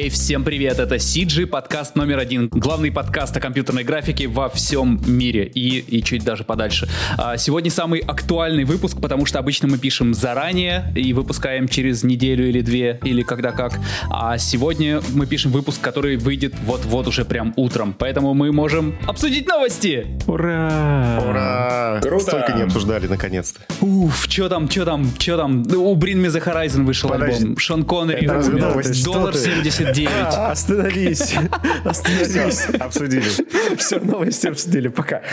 Эй, всем привет, это CG, подкаст номер 1, главный подкаст о компьютерной графике во всем мире и чуть даже подальше. Сегодня самый актуальный выпуск, потому что обычно мы пишем заранее и выпускаем через неделю или две, или когда как. А сегодня мы пишем выпуск, который выйдет вот-вот уже прям утром, поэтому мы можем обсудить новости! Ура! Ура! Круто! Столько не обсуждали, наконец-то. Уф, чё там? У Bring Me The Horizon вышел альбом, Шон Коннери умер, $79. Остановись. Обсудили. Все, новости обсудили, пока.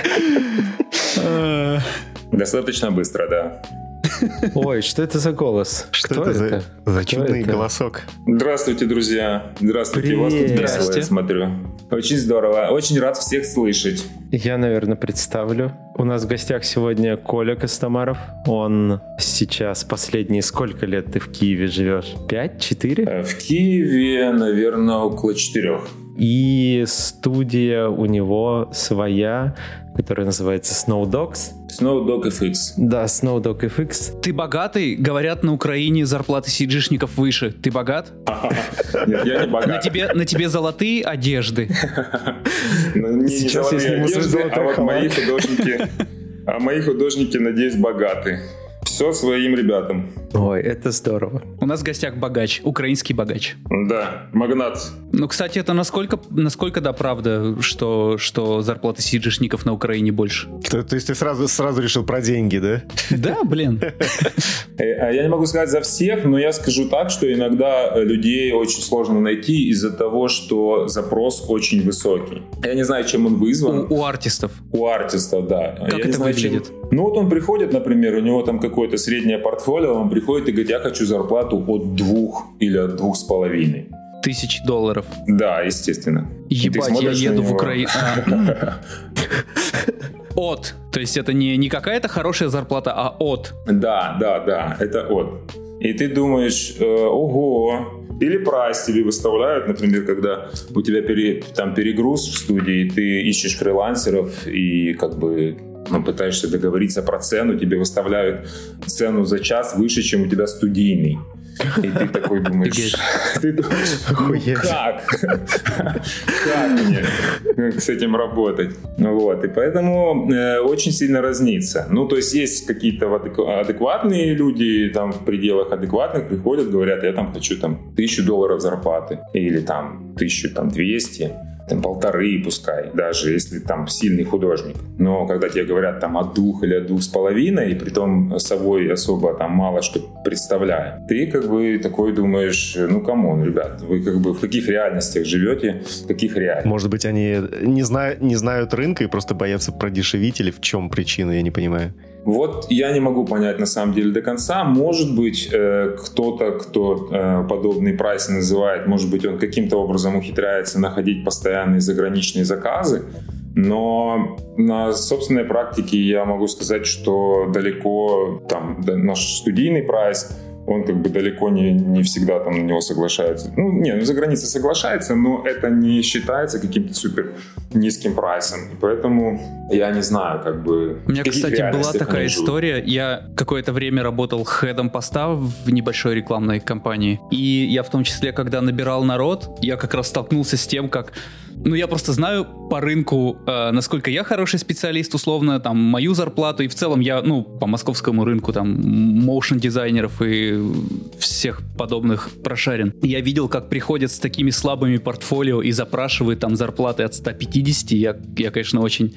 Достаточно быстро, да. Ой, что это за голос? Что это за чудный голосок? Здравствуйте, друзья. Здравствуйте. Привет. У вас тут весело, Здрасте. я смотрю. Очень здорово. Очень рад всех слышать. Я, наверное, представлю. У нас в гостях сегодня Коля Костомаров. Он сейчас последние сколько лет ты в Киеве живешь? 5? 4? В Киеве, наверное, около 4. И студия у него своя, которая называется Snowdogs. Snowdog FX. Да, Snowdog FX. Ты богатый? Говорят, на Украине зарплаты сиджишников выше. Ты богат? Нет, я не На богат. тебе золотые одежды. Не Сейчас я золотые сниму свой одежды, золотой а вот халат. мои художники, надеюсь, богаты. Все своим ребятам. Ой, это здорово. У нас в гостях богач, украинский богач. Да, магнат. Ну, кстати, это насколько да, правда, что зарплаты сиджишников на Украине больше? То есть ты сразу решил про деньги, да? Да, блин. Я не могу сказать за всех, но я скажу так, что иногда людей очень сложно найти из-за того, что запрос очень высокий. Я не знаю, чем он вызван. У артистов. У артиста, да. Как Я не это знаю, выглядит? Ну вот он приходит, например, у него там какое-то среднее портфолио, он приходит и говорит, я хочу зарплату от 2 или от 2,5. $1000. Да, естественно. И ты Ебать, я смотришь на еду в него. Украину. От. То есть это не какая-то хорошая зарплата, а от. Да, это от. И ты думаешь, ого. Или прайс тебе выставляют, например, когда у тебя там перегруз в студии, ты ищешь фрилансеров и как бы пытаешься договориться про цену, тебе выставляют цену за час выше, чем у тебя студийный. И ты такой думаешь, как мне с этим работать? Вот, и поэтому очень сильно разнится. Ну, то есть есть какие-то адекватные люди, там в пределах адекватных приходят, говорят, я там хочу там $1000 зарплаты или там 1200. Там 1,5, пускай, даже если там сильный художник. Но когда тебе говорят там от 2 или от 2,5, и притом собой особо там мало что представляя, ты как бы такой думаешь, ну камон, ребят, вы как бы в каких реальностях живете, в каких реалиях? Может быть, они не знают рынка и просто боятся продешевить, или в чем причина, я не понимаю. Вот я не могу понять на самом деле до конца. Может быть, кто-то, кто подобный прайс называет, может быть, он каким-то образом ухитряется находить постоянные заграничные заказы. Но на собственной практике я могу сказать, что далеко там наш студийный прайс, он как бы далеко не всегда там на него соглашается. За границей соглашается, но это не считается каким-то супер низким прайсом. И поэтому я не знаю, как бы... У меня, кстати, была такая история. Я какое-то время работал хедом поста в небольшой рекламной компании. И я в том числе, когда набирал народ, я как раз столкнулся с тем, как... я просто знаю по рынку, насколько я хороший специалист, условно, там, мою зарплату, и в целом я, по московскому рынку, там, моушн-дизайнеров и всех подобных прошарен. Я видел, как приходят с такими слабыми портфолио и запрашивают там зарплаты от 150. Я конечно, очень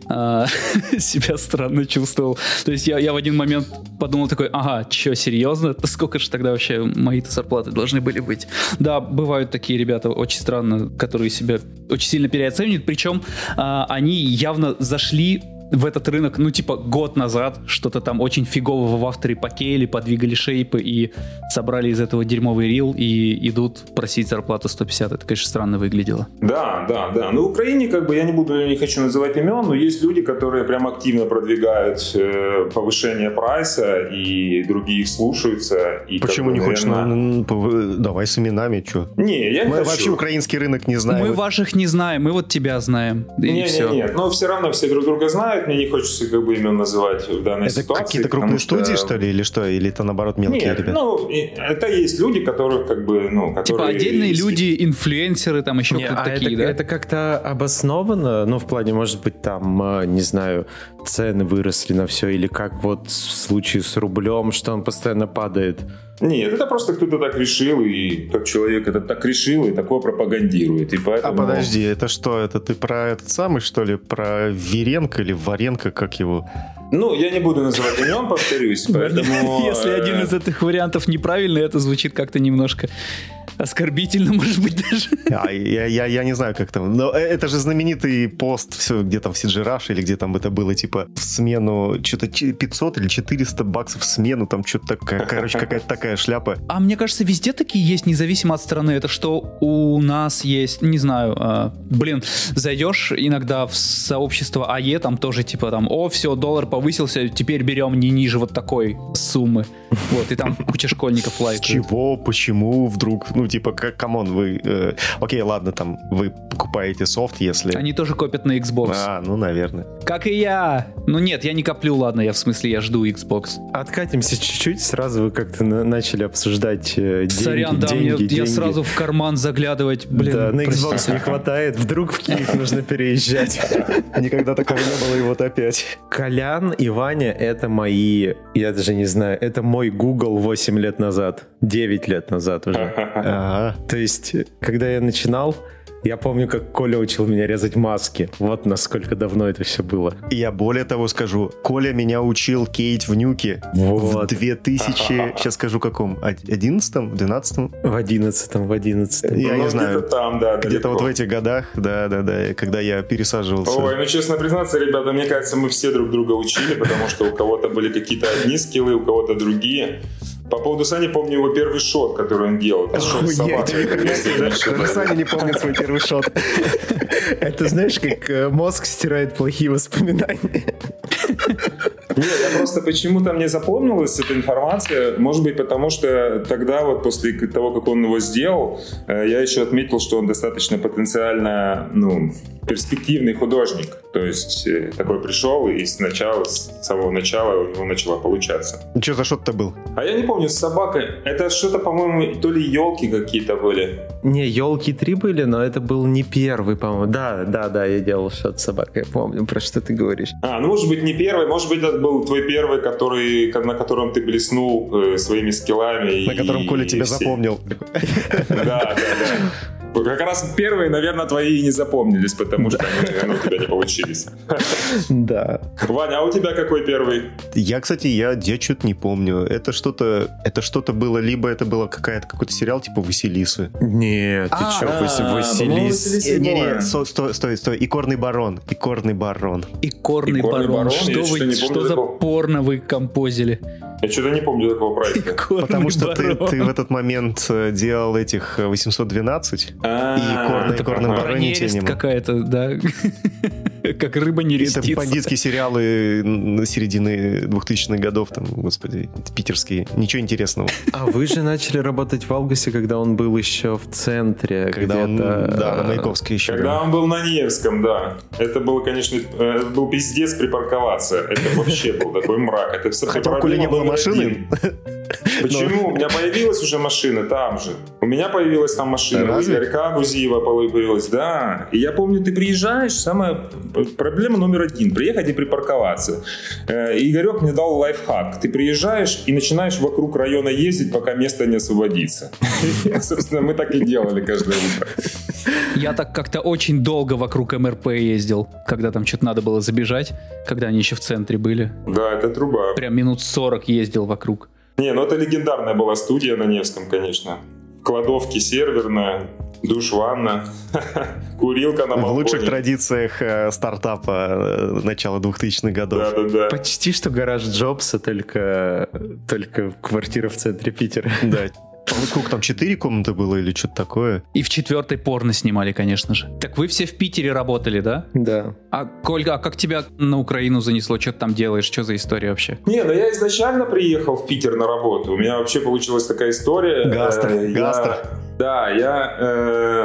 себя странно чувствовал. То есть я в один момент подумал такой, что, серьезно? Сколько же тогда вообще мои-то зарплаты должны были быть? Да, бывают такие ребята очень странно, которые себя очень сильно переоценивают, причем они явно зашли в этот рынок, год назад, что-то там очень фигового в авторе покеяли, подвигали шейпы и собрали из этого дерьмовый рил и идут просить зарплату 150. Это, конечно, странно выглядело. Да. В Украине, я не хочу называть имен, но есть люди, которые прям активно продвигают повышение прайса, и другие их слушаются. И почему не хочешь? Давай с именами, что? Я не Мы хочу. вообще украинский рынок не знаем. Мы ваших не знаем, мы вот тебя знаем. Нет, но все равно все друг друга знают. знает, мне не хочется как бы имен называть в данной Это ситуации. какие-то крупные студии, что ли, или что? Или это, наоборот, мелкие Нет, ребята? ну, это есть люди, которых как бы, ну, которые... Типа отдельные люди, инфлюенсеры, там еще кто-то такие, да? Это как-то обосновано? Ну, в плане, может быть, там, не знаю, цены выросли на все, или как вот в случае с рублем, что он постоянно падает? Нет, это просто кто-то так решил, и как человек это так решил, и такое пропагандирует. И поэтому... А подожди, это что? Это ты про этот самый, что ли? Про Веренко или Варенко, как его? Ну, я не буду называть имен, повторюсь, поэтому... Если один из этих вариантов неправильный, это звучит как-то немножко оскорбительно, может быть, даже. Я не знаю, как там. Но это же знаменитый пост, все, где там в CG Rush, или где там это было, типа, в смену, что-то 500 или 400 баксов в смену, там что-то такое, короче, какая-то такая шляпа. А мне кажется, везде такие есть, независимо от страны. Это что у нас есть, не знаю, зайдешь иногда в сообщество АЕ, там тоже типа там, все, доллар повысился, теперь берем не ниже вот такой суммы. Вот, и там куча школьников лайкают. С чего, почему вдруг, ну, типа, камон, вы, окей, ладно, там, вы покупаете софт, если... Они тоже копят на Xbox. Ну, наверное. Как и я. Ну, нет, я не коплю, ладно, я в смысле, я жду Xbox. Откатимся чуть-чуть, сразу вы как-то начали обсуждать деньги. Сорян, да, я сразу в карман заглядывать, блин. Да, на Xbox простите. не хватает, вдруг в Киев нужно переезжать. Никогда такого не было, и вот опять. Колян и Ваня — это мои, я даже не знаю, это мой Google 8 лет назад, 9 лет назад уже. Ага. То есть, когда я начинал, я помню, как Коля учил меня резать маски. Вот насколько давно это все было. Я более того скажу, Коля меня учил кейт в нюке в 2000, сейчас скажу каком, 11-м, 12-м? В 11-м. Я не знаю. Где-то там, да, Где-то далеко. вот в этих годах, да, когда я пересаживался. Ой, ну честно признаться, ребята, мне кажется, мы все друг друга учили, потому что у кого-то были какие-то одни скиллы, у кого-то другие. По поводу Сани помню его первый шот, который он делал. Это шот с собакой. Даже Саня не помнит свой первый шот. Это знаешь, как мозг стирает плохие воспоминания. Нет, я просто почему-то мне запомнилась эта информация, может быть, потому что тогда вот после того, как он его сделал, я еще отметил, что он достаточно потенциально, перспективный художник. То есть такой пришел, и с самого начала у него начало получаться. Что за шот-то был? А я не помню, с собакой. Это что-то, по-моему, то ли елки какие-то были. Не, елки 3 были, но это был не первый, по-моему. Да, я делал шот с собакой, я помню, про что ты говоришь. Может быть, не первый, может быть, это был твой первый, на котором ты блеснул своими скиллами. На котором Коля тебя запомнил. Да. Как раз первые, наверное, твои и не запомнились, потому что они у тебя не получились. Да. Ваня, а у тебя какой первый? Я, кстати, я что-то не помню. Это что-то было, либо это было какой-то сериал типа «Василисы». Нет, ты чё, Василис? Не, стой. Икорный барон. Икорный барон. барон? Что за порно вы композили? Я что-то не помню такого проекта. Потому что ты в этот момент делал этих 812, и икорный барон тебя не был. Какая-то, да. Как рыба не рестится. Это бандитские сериалы середины 2000-х годов, там, господи, питерские. Ничего интересного. А вы же начали работать в Алгосе, когда он был еще в центре. Когда он, на Маяковской еще. Когда он был на Невском, да. Это был, конечно, был пиздец припарковаться. Это вообще был такой мрак. Хотя у Коли не было машины. Почему? У меня появилась уже машина там же. У меня появилась там машина. У Игорька Гузиева появилась, да. И я помню, ты приезжаешь, самая проблема номер 1. Приехать и припарковаться. И Игорек мне дал лайфхак. Ты приезжаешь и начинаешь вокруг района ездить, пока место не освободится. Собственно, мы так и делали каждое утро. Я так как-то очень долго вокруг МРП ездил, когда там что-то надо было забежать, когда они еще в центре были. Да, это труба. Прям минут 40 ездил вокруг. Не, это легендарная была студия на Невском, конечно. Кладовки серверная, душ-ванна, курилка на балконе. В лучших традициях стартапа начала 2000-х годов. Да. Почти что гараж Джобса, только квартира в центре Питера. Да. Сколько там, 4 комнаты было или что-то такое? И в 4-й порно снимали, конечно же. Так вы все в Питере работали, да? Да. А, Кольга, а как тебя на Украину занесло? Что ты там делаешь? Что за история вообще? Не, я изначально приехал в Питер на работу. У меня вообще получилась такая история. Гастро. Да, я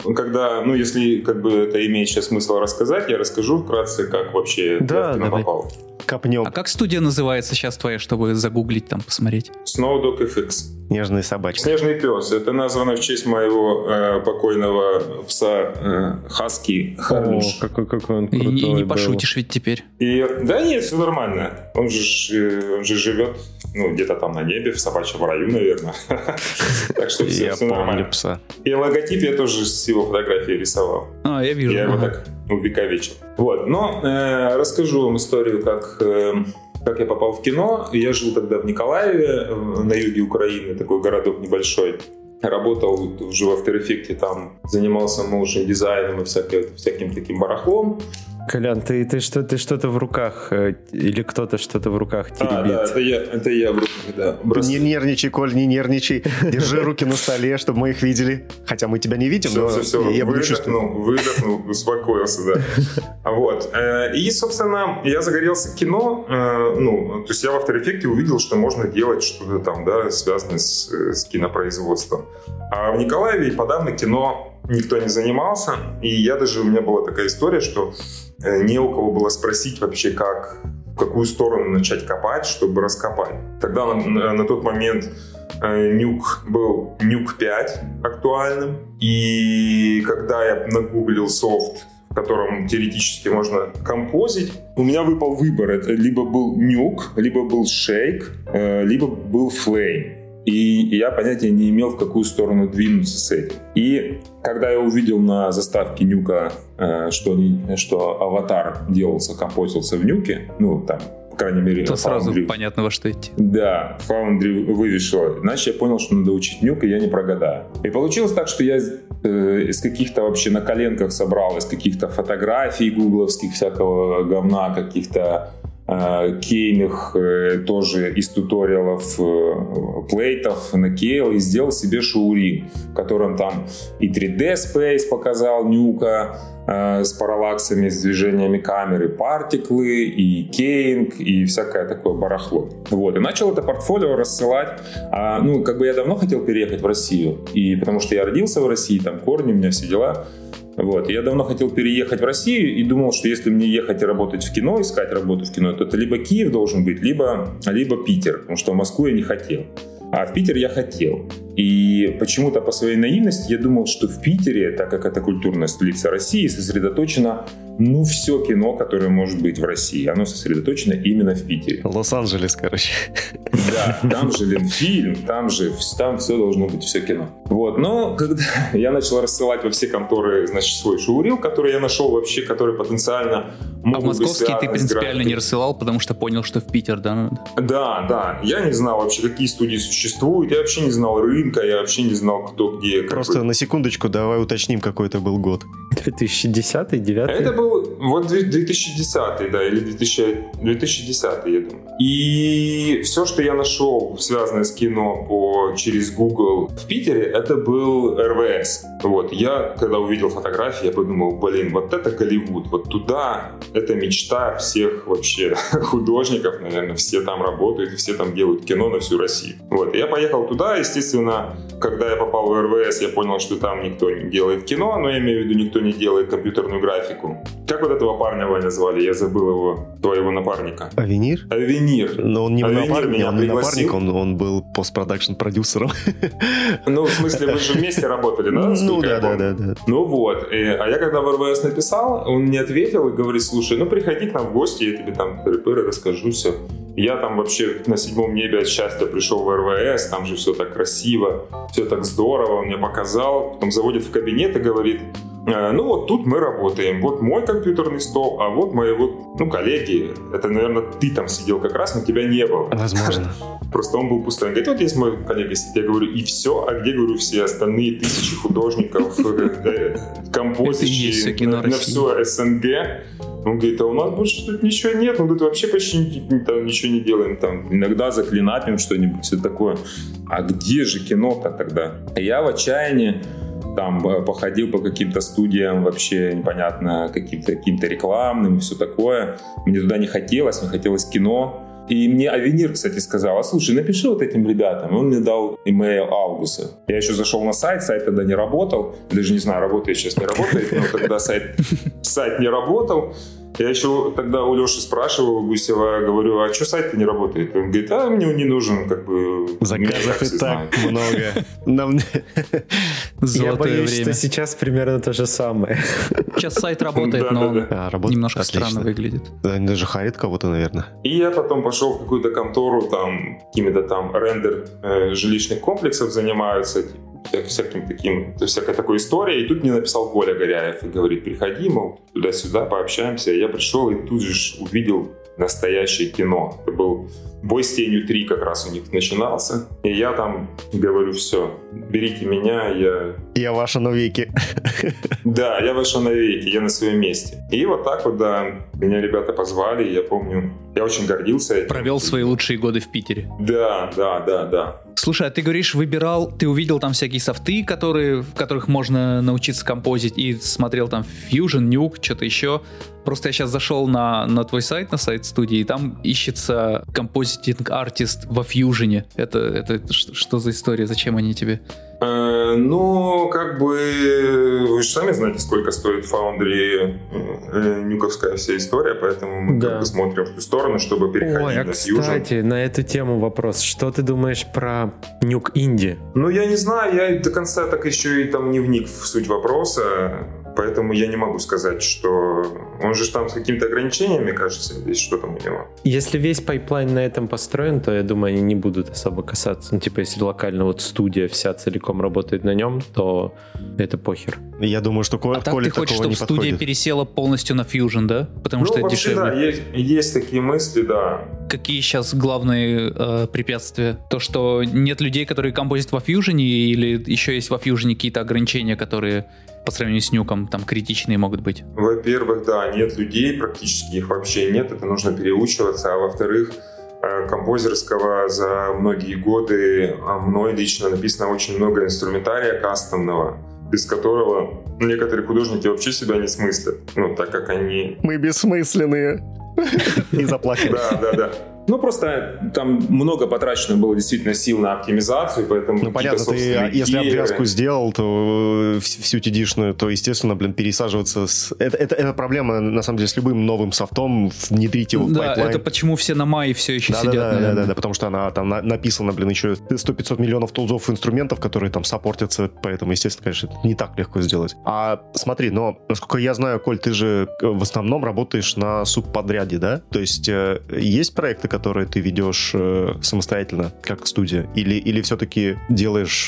когда, если как бы это имеет сейчас смысл рассказать, я расскажу вкратце, как вообще я в кино попал. Копнем. А как студия называется сейчас твоя, чтобы загуглить там, посмотреть? Snowdog FX. Нежные собачки. Снежный пес. Это названо в честь моего покойного пса Хаски Харлюш. Какой он крутой И не был. пошутишь ведь теперь. Да нет, все нормально. Он же живет где-то там на небе, в собачьем раю, наверное. Так что все нормально. Пса. И логотип я тоже с его фотографией рисовал. Я вижу. Я его так увековечил. Вот. Но расскажу вам историю, как я попал в кино. Я жил тогда в Николаеве, на юге Украины, такой городок небольшой. Работал уже в After Effects, там занимался моушн дизайном и всяким таким барахлом. Колян, ты что-то в руках, или кто-то что-то в руках теребит? Да, это я в руках, да. Не нервничай, Коль, не нервничай. Держи руки на столе, чтобы мы их видели. Хотя мы тебя не видим, но я буду чувствовать. Выдохнул, успокоился, да. Вот. И, собственно, я загорелся кино. То есть я в After Effects увидел, что можно делать что-то там, да, связанное с кинопроизводством. А в Николаеве подавно кино никто не занимался. И у меня была такая история, что не у кого было спросить вообще, в какую сторону начать копать, чтобы раскопать. Тогда на тот момент Nuke был Nuke 5 актуальным. И когда я нагуглил софт, в котором теоретически можно композить, у меня выпал выбор. Это либо был Nuke, либо был Shake, либо был Flame. И я понятия не имел, в какую сторону двинуться с этим. И когда я увидел на заставке Нюка, что аватар композился в Нюке, там, по крайней мере, то сразу понятно, во что идти. Да, Foundry вывешивал. Иначе я понял, что надо учить Нюк, и я не прогадаю. И получилось так, что я из каких-то вообще на коленках собрал, из каких-то фотографий гугловских, всякого говна, каких-то кейных тоже из туториалов плейтов накеял и сделал себе шоурим, в котором там и 3D Space показал Нюка с параллаксами, с движениями камеры, партиклы, и кейнг, и всякое такое барахло. Вот. И начал это портфолио рассылать. Я давно хотел переехать в Россию, и потому что я родился в России, там корни у меня, все дела. Вот. Я давно хотел переехать в Россию и думал, что если мне ехать и работать в кино, искать работу в кино, то это либо Киев должен быть, либо Питер, потому что в Москву я не хотел. А в Питер я хотел. И почему-то по своей наивности я думал, что в Питере, так как это культурная столица России, сосредоточено все кино, которое может быть в России. Оно сосредоточено именно в Питере. Лос-Анджелес, короче. Да, там же Ленфильм, там все должно быть, все кино. Вот, но когда я начал рассылать во все конторы, свой шоурил, который я нашел вообще, который потенциально мог быть связан. А в московский ты принципиально не рассылал, потому что понял, что в Питер, да, надо? Да. Я не знал вообще, какие студии существуют, я вообще не знал рынка, я вообще не знал, кто где. Просто на секундочку давай уточним, какой это был год. 2010-й, 9-й? Это был 2010, да, или 2010, я думаю. И все, что я нашел, связанное с кино через Google в Питере, это был РВС. Вот. Я, когда увидел фотографии, я подумал, вот это Голливуд, вот туда, это мечта всех вообще художников, наверное, все там работают, и все там делают кино на всю Россию. Вот. И я поехал туда, естественно, когда я попал в РВС, я понял, что там никто не делает кино, но я имею в виду, никто не делает компьютерную графику. Как вот этого парня, Ваня, звали? Я забыл его, твоего напарника. Авенир? Авенир. Но он не напарник, он был постпродакшн продюсером. В смысле, вы же вместе работали, да? Да. Ну вот. А я когда в РВС написал, он мне ответил и говорит, слушай, приходи к нам в гости, я тебе там расскажу все. Я там вообще на 7-м небе от счастья пришел в РВС, там же все так красиво, все так здорово, он мне показал, потом заводит в кабинет и говорит, вот тут мы работаем, вот мой компьютерный стол, а вот мои коллеги, это, наверное, ты там сидел как раз, но тебя не было. Возможно. Просто он был пустой. Он говорит, вот есть мой коллега сидит. Я говорю, и все, а где, говорю, все остальные тысячи художников, композиции на все СНГ? Он говорит, а у нас больше тут ничего нет, мы тут вообще почти ничего не делаем, там иногда заклинапим что-нибудь, все такое. А где же кино-то тогда? Я в отчаянии там походил по каким-то студиям вообще непонятно, каким-то рекламным и все такое. Мне туда не хотелось, мне хотелось кино. И мне Авенир, кстати, сказал: слушай, напиши вот этим ребятам. И он мне дал имейл Аугуса. Я еще зашел на сайт тогда не работал. Даже не знаю, работает сейчас, не работает, но тогда сайт не работал. Я еще тогда у Леши спрашивал, у Гусева, говорю: а что сайт-то не работает? Он говорит: а мне он не нужен, как бы... Заказов и так много. Я боюсь, что сейчас примерно то же самое. Сейчас сайт работает, но он немножко странно выглядит. Они даже харят кого-то, наверное. И я потом пошел в какую-то контору, там, какими-то там рендер жилищных комплексов занимаются, всякой такой историей. И тут мне написал Коля Горяев и говорит: приходи, мол, туда-сюда, пообщаемся. Я пришел и тут же увидел настоящее кино. Это был «Бой с тенью 3», как раз у них начинался. И я там говорю: все, берите меня, я ваша навеки. Да, я ваша навеки, я на своем месте. И вот так вот, да, меня ребята позвали, я помню, я очень гордился этим. Провел свои лучшие годы в Питере. Да. Слушай, а ты говоришь, ты увидел там всякие софты, в которых можно научиться композить, и смотрел там Fusion, Nuke, что-то еще. Просто я сейчас зашел на твой сайт, на сайт студии, и там ищется Compositing Artist во Fusion. Это что за история? Зачем они тебе? Ну, как бы, вы же сами знаете, сколько стоит в Foundry нюковская вся история, поэтому мы как бы смотрим в ту сторону, чтобы переходить на Fusion. Кстати, на эту тему вопрос. Что ты думаешь про Nuke Indie? Ну, я не знаю, я до конца так еще и там не вник в суть вопроса. Поэтому я не могу сказать, что... Он же там с какими-то ограничениями, кажется, здесь что там у него. Если весь пайплайн на этом построен, то, я думаю, они не будут особо касаться. Ну, типа, если локально вот студия вся целиком работает на нем, то это похер. Я думаю, что Коля такого не подходит. Ты хочешь, чтобы студия пересела полностью на Fusion, да? Потому что это дешевле. Да, есть такие мысли, да. Какие сейчас главные препятствия? То, что нет людей, которые композят во Fusion, или еще есть во Fusion какие-то ограничения, которые по сравнению с Нюком там критичные могут быть? Во-первых, да, нет людей, практически их вообще нет, это нужно переучиваться. А во-вторых, композерского за многие годы мной лично написано очень много инструментария кастомного, без которого некоторые художники вообще себя не смыслят. Ну, так как они... Мы бессмысленные. И заплакали. Да. Ну, просто там много потрачено было действительно сил на оптимизацию, поэтому... Ну, понятно, ты, если обвязку сделал, то всю тидишную, то, естественно, пересаживаться с... Это проблема, на самом деле, с любым новым софтом, внедрить его в пайплайн. Да, это почему все на мае все еще сидят. Да, потому что она там написана, еще 100-500 миллионов тулзов инструментов, которые там саппортятся, поэтому, естественно, конечно, это не так легко сделать. А смотри, но, насколько я знаю, Коль, ты же в основном работаешь на субподряде, да? То есть есть проекты, которые ты ведешь самостоятельно, как студия? Или все-таки делаешь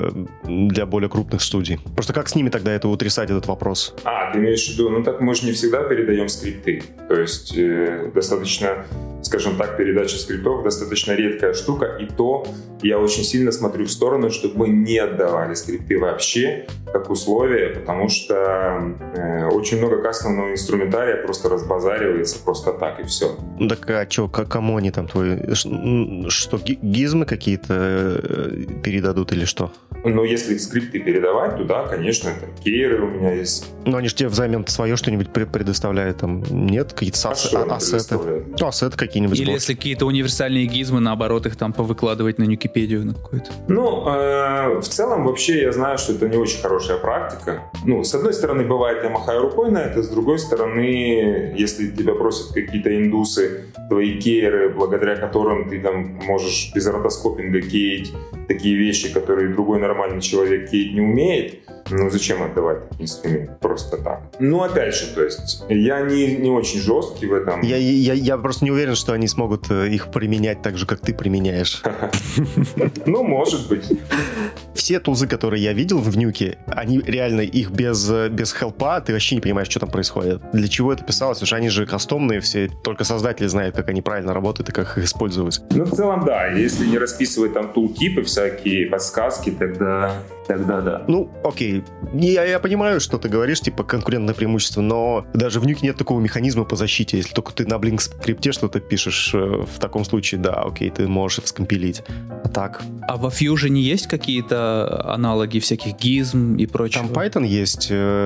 для более крупных студий? Просто как с ними тогда это утрясать, этот вопрос? Ты имеешь в виду, ну так мы же не всегда передаем скрипты. То есть достаточно, скажем так, передача скриптов достаточно редкая штука, и то я очень сильно смотрю в сторону, чтобы мы не отдавали скрипты вообще как условие, потому что очень много кастомного инструментария просто разбазаривается просто так, и все. Ну так а что, кому они там твои... Что, гизмы какие-то передадут или что? Ну, если скрипты передавать, то да, конечно, это кейры у меня есть. Ну, они же тебе взамен свое что-нибудь предоставляют, там, нет? Какие-то ассеты? Ну, ассеты какие-нибудь. Или если какие-то универсальные гизмы, наоборот, их там повыкладывать на Википедию на какую-то. Ну, в целом, вообще, я знаю, что это не очень хорошая практика. Ну, с одной стороны, бывает, я махаю рукой на это, с другой стороны, если тебя просят какие-то индусы, твои кейры, благодаря которым ты там можешь без ротоскопинга кейить такие вещи, которые другой нормальный человек кейить не умеет, ну зачем отдавать инструмент просто так? Ну, опять же, то есть, я не очень жесткий в этом. Я просто не уверен, что они смогут их применять так же, как ты применяешь. Ну, может быть. Все тулзы, которые я видел в Нюке, они реально, их без хелпа, ты вообще не понимаешь, что там происходит. Для чего это писалось? Потому что они же кастомные все, только создатели знают, как они правильно работают и как их использовать. Ну, в целом, да. Если не расписывать там тултипы, всякие подсказки, тогда да. Ну, окей. Я понимаю, что ты говоришь, типа конкурентное преимущество, но даже в Нюке нет такого механизма по защите. Если только ты на Blink скрипте что-то пишешь, в таком случае, да, окей, ты можешь это скомпилить. А так? А во Fusion есть какие-то это аналоги всяких гизм и прочего. Там Python есть,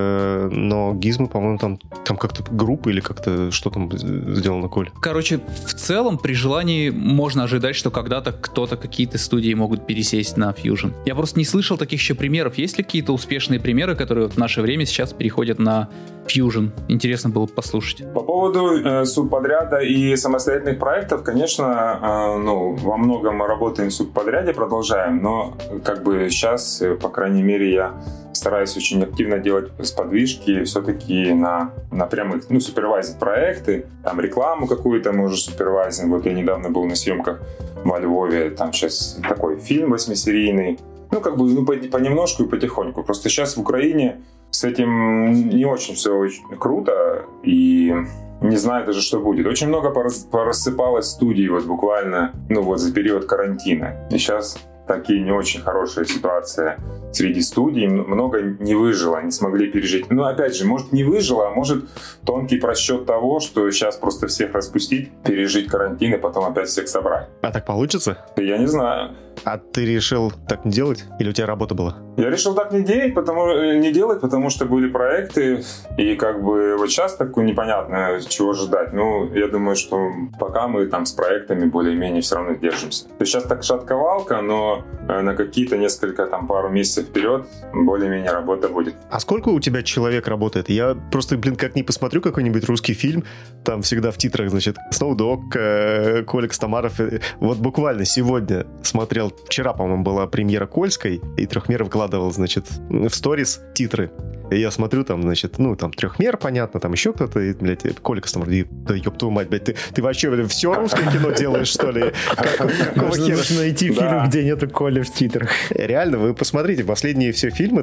но гизмы, по-моему, там как-то группа или как-то что там сделано, Коль? Короче, в целом, при желании можно ожидать, что когда-то кто-то, какие-то студии могут пересесть на Fusion. Я просто не слышал таких еще примеров. Есть ли какие-то успешные примеры, которые в наше время сейчас переходят на Fusion? Интересно было бы послушать. По поводу субподряда и самостоятельных проектов, конечно, во многом мы работаем в субподряде, продолжаем, но как бы сейчас, по крайней мере, я стараюсь очень активно делать сподвижки все-таки на прямых, супервайзить проекты, там рекламу какую-то мы уже супервайзим. Вот я недавно был на съемках во Львове, там сейчас такой фильм 8-серийный, понемножку и потихоньку. Просто сейчас в Украине с этим не очень все очень круто, и не знаю даже, что будет. Очень много порассыпалось студий вот буквально, за период карантина. И сейчас такие не очень хорошая ситуация среди студий. Много не выжило, не смогли пережить. Опять же, может не выжило, а может тонкий просчет того, что сейчас просто всех распустить, пережить карантин и потом опять всех собрать. А так получится? Я не знаю. А ты решил так не делать? Или у тебя работа была? Я решил так не делать, потому что были проекты, и вот сейчас такое непонятно, чего ждать. Я думаю, что пока мы там с проектами более-менее все равно держимся. То есть сейчас так шатковалка, но на какие-то пару месяцев вперед более-менее работа будет. А сколько у тебя человек работает? Я просто, как ни посмотрю какой-нибудь русский фильм, там всегда в титрах, Snow Dog, Коля Костомаров. Вот буквально сегодня смотрел, вчера, по-моему, была премьера Кольской, и Трехмер выкладывал, в сторис титры. И я смотрю, там Трехмер, понятно, там еще кто-то, и, Коля Костомаров, да ёб твою мать, блядь, ты вообще все русское кино делаешь, что ли? Какого хера? Нужно найти фильм, где нету Коли в титрах. Реально, вы посмотрите, последние все фильмы,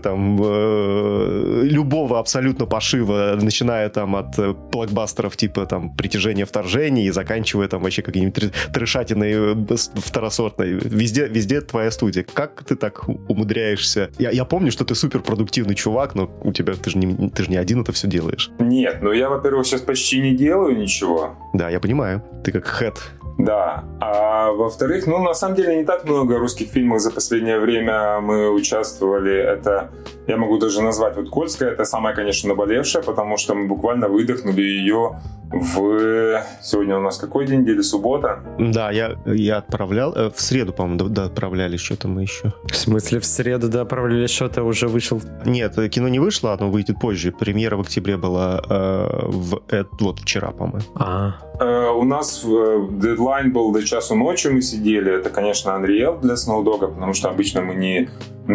любого абсолютно пошива, начиная от блокбастеров типа «Притяжение, вторжение» и заканчивая вообще какими-нибудь трешатиной второсортной. Везде твоя студия. Как ты так умудряешься? Я помню, что ты суперпродуктивный чувак, но у тебя ты же не один это все делаешь. Нет, я, во-первых, сейчас почти не делаю ничего. Да, я понимаю. Ты как хэт. Да. А во-вторых, на самом деле не так много русских фильмов за последнее время мы участвовали. Это, я могу даже назвать, Кольская, это самая, конечно, наболевшая, потому что мы буквально выдохнули ее сегодня у нас какой день недели? Суббота? Да, я отправлял. В среду, по-моему, отправляли что-то мы еще. В смысле, в среду отправляли что-то, уже вышел? Нет, кино не вышло, оно выйдет позже. Премьера в октябре была вчера, по-моему. У нас дедлайн был до часу ночи, мы сидели. Это, конечно, Unreal для Snow Dog, потому что обычно мы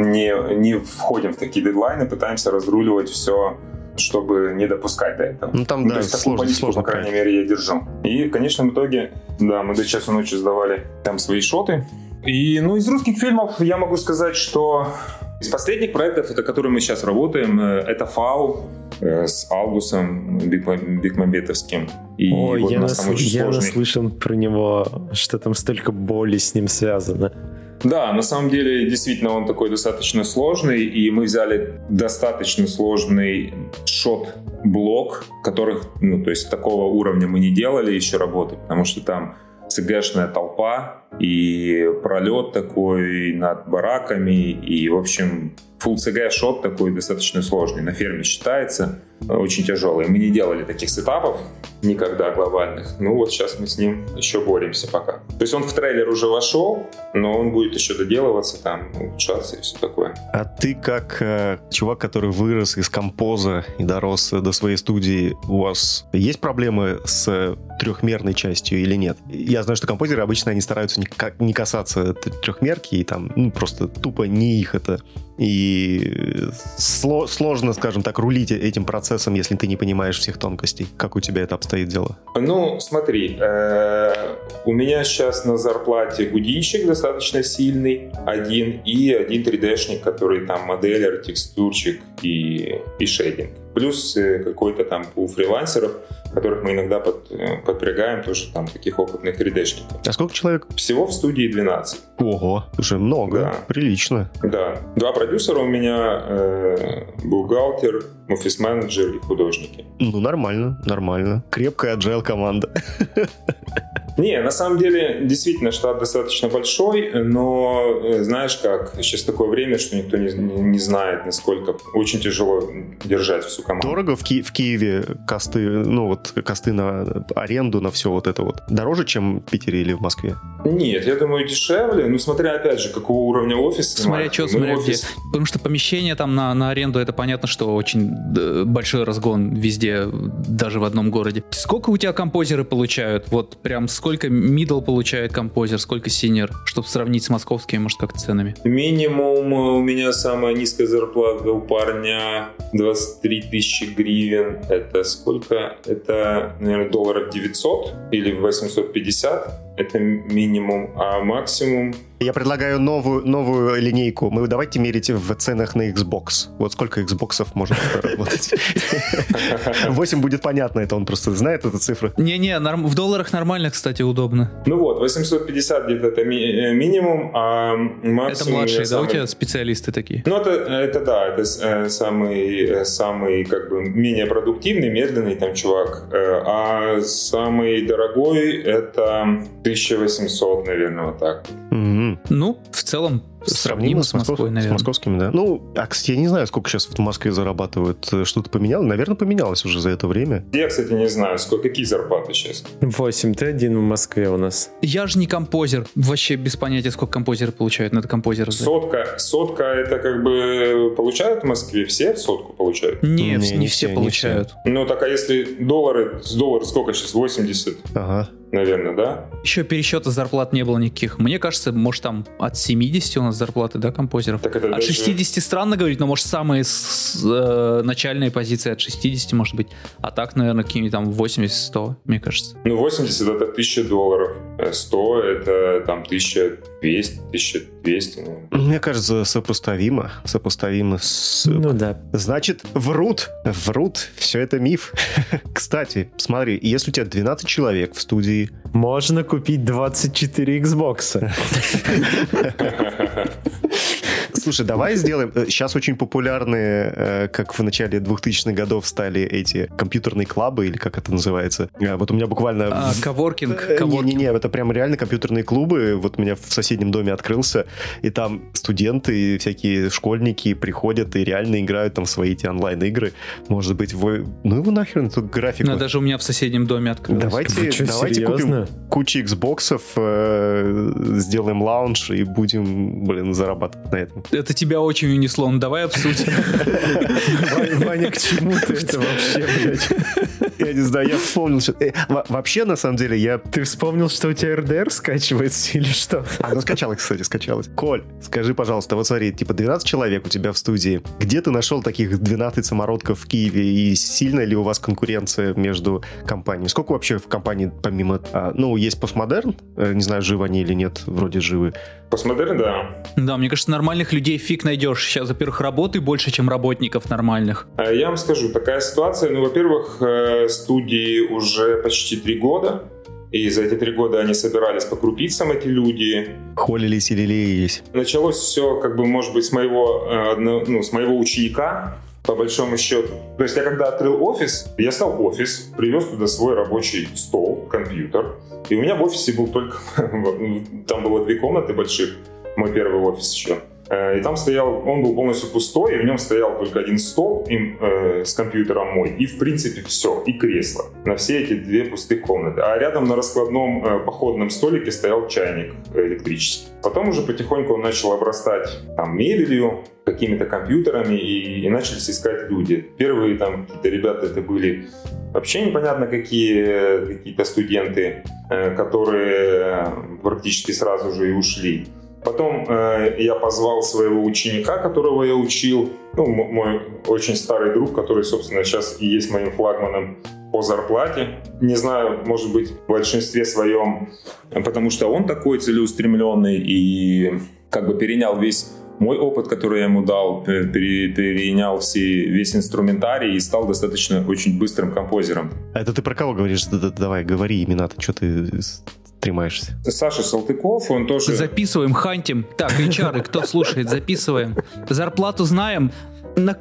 не входим в такие дедлайны, пытаемся разруливать все, чтобы не допускать до этого. Там, то есть такую политику, по крайней мере, я держу. И в конечном итоге, да, мы до часу ночи сдавали там свои шоты. И, из русских фильмов я могу сказать, что из последних проектов, которые мы сейчас работаем, это «Фау» с Алгусом Бекмамбетовским. И я наслышан про него, что там столько боли с ним связано. Да, на самом деле, действительно, он такой достаточно сложный, и мы взяли достаточно сложный шот-блок, которых, то есть такого уровня мы не делали еще работы, потому что там ЦГшная толпа и пролет такой над бараками, и, в общем, Full CG шот такой достаточно сложный, на ферме считается, очень тяжелый. Мы не делали таких сетапов никогда глобальных. Сейчас мы с ним еще боремся пока. То есть он в трейлер уже вошел, но он будет еще доделываться, улучшаться и все такое. А ты как чувак, который вырос из композа и дорос до своей студии, у вас есть проблемы с трехмерной частью или нет? Я знаю, что композеры обычно они стараются не касаться трехмерки, и просто тупо не их это. И сложно, скажем так, рулить этим процессом, если ты не понимаешь всех тонкостей. Как у тебя это обстоит дело? Смотри, у меня сейчас на зарплате гудинщик достаточно сильный, один 3D-шник, который моделер, текстурчик и шейдинг. Плюс какой-то у фрилансеров, которых мы иногда подпрягаем, тоже таких опытных 3D-шников. А сколько человек? Всего в студии 12. Ого, уже много, да. Прилично. Да. 2 продюсера у меня, бухгалтер, офис-менеджер и художники. Нормально. Крепкая agile команда. Не, на самом деле, действительно, штат достаточно большой, но знаешь как, сейчас такое время, что никто не знает, насколько очень тяжело держать всю команду. Дорого в Киеве косты на аренду, на все вот это вот? Дороже, чем в Питере или в Москве? Нет, я думаю, дешевле, ну смотря опять же, какого уровня офис. Смотря что, смотря где. Потому что помещение там на аренду, это понятно, что очень большой разгон везде, даже в одном городе. Сколько у тебя композеры получают? Вот прям сколько middle получает композер, сколько senior, чтобы сравнить с московскими, может, как ценами? Минимум у меня самая низкая зарплата у парня 23 тысячи гривен. Это сколько? Это, наверное, долларов 900 или 850. Это минимум, а максимум... Я предлагаю новую линейку. Давайте мерить в ценах на Xbox. Вот сколько Xbox'ов может работать. 8 будет понятно, это он просто знает эту цифру. Не-не, в долларах нормально, кстати, удобно. Ну вот, 850 где-то это минимум, а максимум... Это младшие, да, у тебя специалисты такие? Ну, это да, это самый как бы менее продуктивный, медленный там чувак. А самый дорогой это 1800, наверное, вот так. Ну, в целом, сравнимо с Москвой, наверное. С московскими, да. Ну, кстати, я не знаю, сколько сейчас в Москве зарабатывают. Что-то поменялось? Наверное, поменялось уже за это время. Я, кстати, не знаю, какие зарплаты сейчас. 8 Т1 в Москве у нас. Я же не композер. Вообще без понятия, сколько композеры получают. Надо композера знать. Сотка это как бы получают в Москве? Все сотку получают? Не все получают. Ну, так а если доллары сколько сейчас? 80? Ага. Наверное, да? Еще пересчета зарплат не было никаких. Мне кажется, может, там от 70 у нас зарплаты, да, композеров? Так это от даже... 60 странно говорить, но, может, самые начальные позиции от 60, может быть. А так, наверное, какие-нибудь там 80-100, мне кажется. Ну, 80 это $1000. 100 это там 1200, 1200. Мне кажется, сопоставимо с... Ну да. Значит, врут. Все это миф. Кстати, смотри, если у тебя 12 человек в студии, можно купить 24 Xbox. Слушай, давай сделаем... Сейчас очень популярны, как в начале 2000-х годов стали эти компьютерные клубы, или как это называется. Вот у меня буквально... Коворкинг. Не-не-не, это прям реально компьютерные клубы. Вот у меня в соседнем доме открылся, и там студенты, всякие школьники приходят и реально играют там в свои эти онлайн-игры. Может быть, ну его нахрен, эту графику. Ну, даже у меня в соседнем доме открылось. Давайте купим кучу Xbox'ов, сделаем лаунж и будем зарабатывать на этом. Это тебя очень унесло, ну давай обсудим. Ваня, к чему ты это вообще, блядь? Я не знаю, я вспомнил, что... Вообще, на самом деле, Ты вспомнил, что у тебя RDR скачивается или что? Ну, скачалось, кстати, скачалось. Коль, скажи, пожалуйста, вот смотри, 12 человек у тебя в студии. Где ты нашел таких 12 самородков в Киеве? И сильная ли у вас конкуренция между компаниями? Сколько вообще в компании, помимо... есть постмодерн, не знаю, живы они или нет, вроде живы. Постмодерн, да. Да, мне кажется, нормальных людей фиг найдешь. Сейчас, во-первых, работы больше, чем работников нормальных. Я вам скажу, такая ситуация, во-первых, студии уже почти 3 года, и за эти 3 года они собирались по крупицам, эти люди. Холились и лелеялись. Началось все, как бы, может быть, с моего ученика, по большому счету. То есть я когда открыл офис, я стал офис, привез туда свой рабочий стол, компьютер, и у меня в офисе был только... Там было 2 комнаты больших, мой первый офис еще. И там стоял, он был полностью пустой, и в нем стоял только один стол с компьютером мой, и в принципе все, и кресло на все эти 2 пустых комнаты. А рядом на раскладном походном столике стоял чайник электрический. Потом уже потихоньку он начал обрастать там мебелью, какими-то компьютерами, и начались искать люди. Первые там какие-то ребята это были вообще непонятно какие-то студенты, которые практически сразу же и ушли. Потом я позвал своего ученика, которого я учил, мой очень старый друг, который, собственно, сейчас и есть моим флагманом по зарплате. Не знаю, может быть, в большинстве своем, потому что он такой целеустремленный и как бы перенял весь мой опыт, который я ему дал, перенял весь инструментарий и стал достаточно очень быстрым композером. Это ты про кого говоришь? Давай, говори имена-то, что ты... Тримаешься. Саша Салтыков, он тоже... Записываем, хантим. Так, HR, кто слушает, записываем. Зарплату знаем.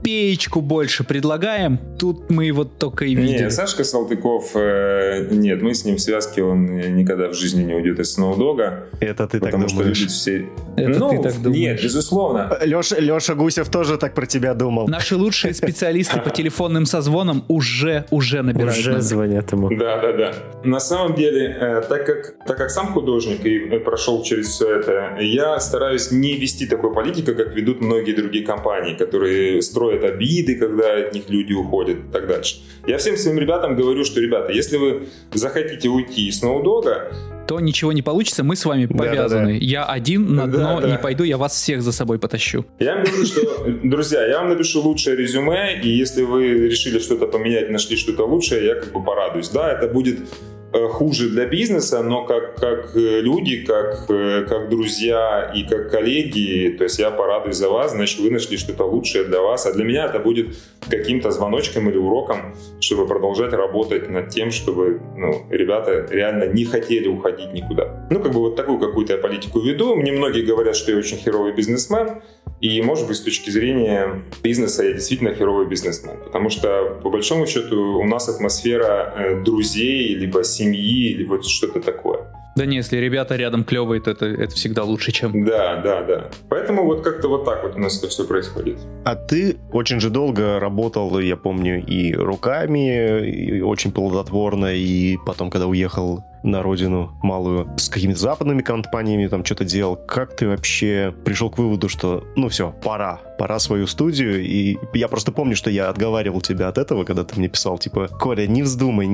копеечку больше предлагаем, тут мы его только и видели. Нет, Сашка Салтыков, нет, мы с ним в связке, он никогда в жизни не уйдет из Сноудога. Это ты так потому что думаешь? любит все... Это ты так думаешь? Нет, безусловно. Леша Гусев тоже так про тебя думал. Наши лучшие специалисты по телефонным созвонам уже набирают. Уже звонят ему. Да. На самом деле, так как сам художник и прошел через все это, я стараюсь не вести такой политики, как ведут многие другие компании, которые строят обиды, когда от них люди уходят и так дальше. Я всем своим ребятам говорю, что, ребята, если вы захотите уйти из Сноудога, то ничего не получится, мы с вами повязаны. Да. Я один на дно Да. не пойду, я вас всех за собой потащу. я вам говорю, что, друзья, я вам напишу лучшее резюме, и если вы решили что-то поменять, нашли что-то лучшее, я как бы порадуюсь. Да, это будет хуже для бизнеса, но как люди, как друзья и как коллеги, то есть я порадуюсь за вас, значит, вы нашли что-то лучшее для вас, а для меня это будет каким-то звоночком или уроком, чтобы продолжать работать над тем, чтобы ребята реально не хотели уходить никуда. Как бы вот такую какую-то я политику веду. Мне многие говорят, что я очень херовый бизнесмен, и, может быть, с точки зрения бизнеса я действительно херовый бизнесмен, потому что, по большому счету, у нас атмосфера друзей, либо семьи, или вот что-то такое. Да не, если ребята рядом клевые, то это всегда лучше, чем... Да. Поэтому вот как-то вот так вот у нас это все происходит. А ты очень же долго работал, я помню, и руками, и очень плодотворно, и потом, когда уехал на родину малую, с какими-то западными компаниями там что-то делал. Как ты вообще пришел к выводу, что, все, пора свою студию? И я просто помню, что я отговаривал тебя от этого, когда ты мне писал, типа, Коля, не вздумай,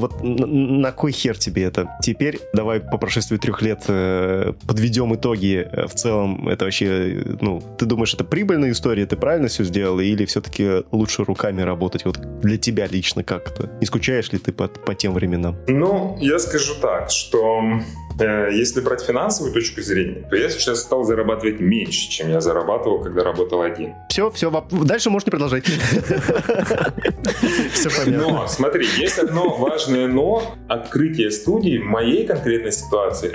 на кой хер тебе это? Теперь давай по прошествии 3 лет подведем итоги. В целом, это вообще, ты думаешь, это прибыльная история, ты правильно все сделал, или все-таки лучше руками работать? Вот для тебя лично как это? Не скучаешь ли ты по тем временам? Я скажу так, что если брать финансовую точку зрения, то я сейчас стал зарабатывать меньше, чем я зарабатывал, когда работал один. Все, дальше можешь не продолжать. Все понятно. Но, смотри, есть одно важное но. Открытие студии в моей конкретной ситуации,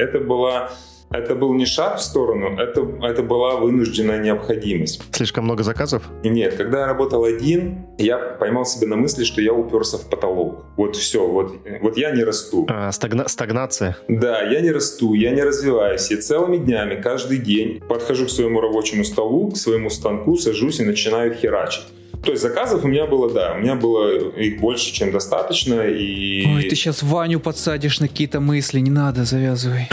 это был не шаг в сторону, это была вынужденная необходимость. Слишком много заказов? Нет, когда я работал один, я поймал себя на мысли, что я уперся в потолок. Вот все, вот я не расту. Стагнация? Да, я не расту, я не развиваюсь. Я целыми днями, каждый день подхожу к своему рабочему столу, к своему станку, сажусь и начинаю херачить. То есть заказов у меня было их больше, чем достаточно. И... Ой, ты сейчас Ваню подсадишь на какие-то мысли, не надо, завязывай.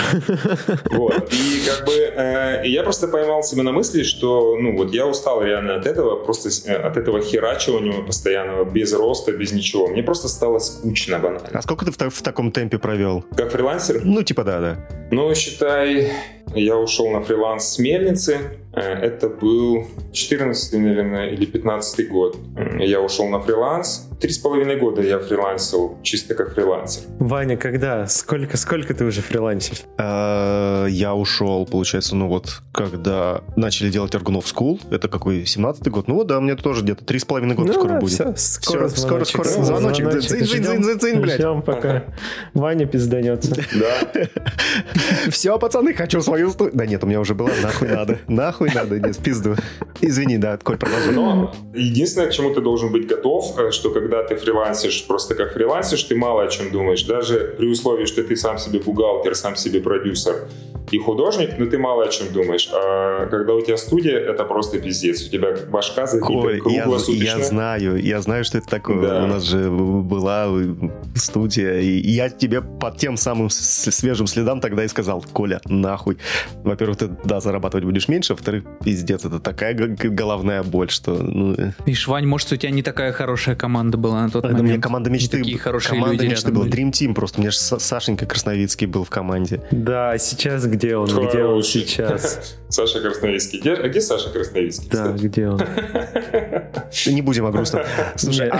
Вот. И как бы я просто поймал себя на мысли, что я устал реально от этого, просто от этого херачивания постоянного, без роста, без ничего. Мне просто стало скучно, банально. А сколько ты в таком темпе провел? Как фрилансер? Типа да. Считай, я ушел на фриланс с мельницы. Это был 14-й, наверное, или 15-й год. Я ушел на фриланс. 3,5 года я фрилансил, чисто как фрилансер. Ваня, когда? Сколько ты уже фрилансишь? Я ушел, получается, когда начали делать Аргунов School. Это какой, 17-й год? Да, мне тоже где-то 3,5 года скоро будет. Скоро звоночек. Дзынь, блядь. Ждем, пока Ваня пизданется. Да. Все, пацаны, хочу свою студию. Да нет, у меня уже была, нахуй надо, нет, в пизду. Извини, да, Коль, продолжай. Но единственное, к чему ты должен быть готов, что когда ты фрилансишь, просто как фрилансишь, ты мало о чем думаешь. Даже при условии, что ты сам себе бухгалтер, сам себе продюсер и художник, но ты мало о чем думаешь. А когда у тебя студия, это просто пиздец. У тебя башка забита круглосуточно. Я знаю, что это такое. Да. У нас же была студия, и я тебе по тем самым свежим следам тогда и сказал: Коля, нахуй. Во-первых, ты, зарабатывать будешь меньше, во-вторых, пиздец, это такая головная боль, что... Видишь, Вань, может, у тебя не такая хорошая команда была на тот момент. У меня команда мечты. Такие хорошие команда люди мечты рядом была. были. Dream Team просто. У меня же Сашенька Красновицкий был в команде. Да, сейчас где он? Где он сейчас? Саша Красновицкий. А где Саша Красновицкий? Да, где он? Не будем о грустном. Слушай,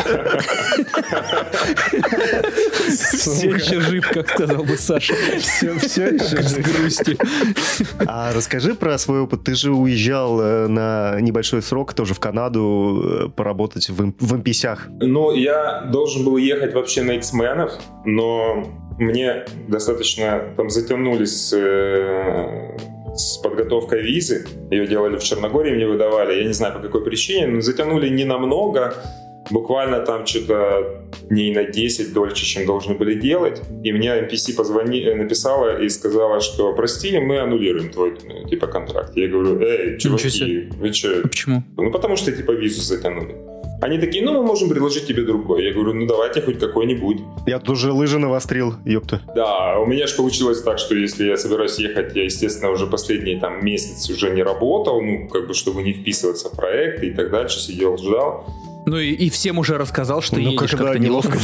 Все еще жив, как сказал бы Саша. Все еще С грустью. а расскажи про свой опыт. Ты же уезжал на небольшой срок тоже в Канаду поработать в имписях. Я должен был ехать вообще на X-менов, но мне достаточно там затянулись с подготовкой визы. Ее делали в Черногории, мне выдавали. Я не знаю, по какой причине, но затянули не намного. Буквально там что-то дней на 10 дольше, чем должны были делать. И мне MPC написала и сказала, что прости, мы аннулируем твой типа контракт. Я говорю, чуваки, вы что? А почему? Ну, потому что типа визу затянули. Они такие, мы можем предложить тебе другой. Я говорю, давайте хоть какой-нибудь. Я тут уже лыжи навострил, ёпта. Да, у меня же получилось так, что если я собираюсь ехать, я, естественно, уже последний там месяц уже не работал, чтобы не вписываться в проекты и так дальше, сидел, ждал. Ну и всем уже рассказал, что едешь как-то неловко.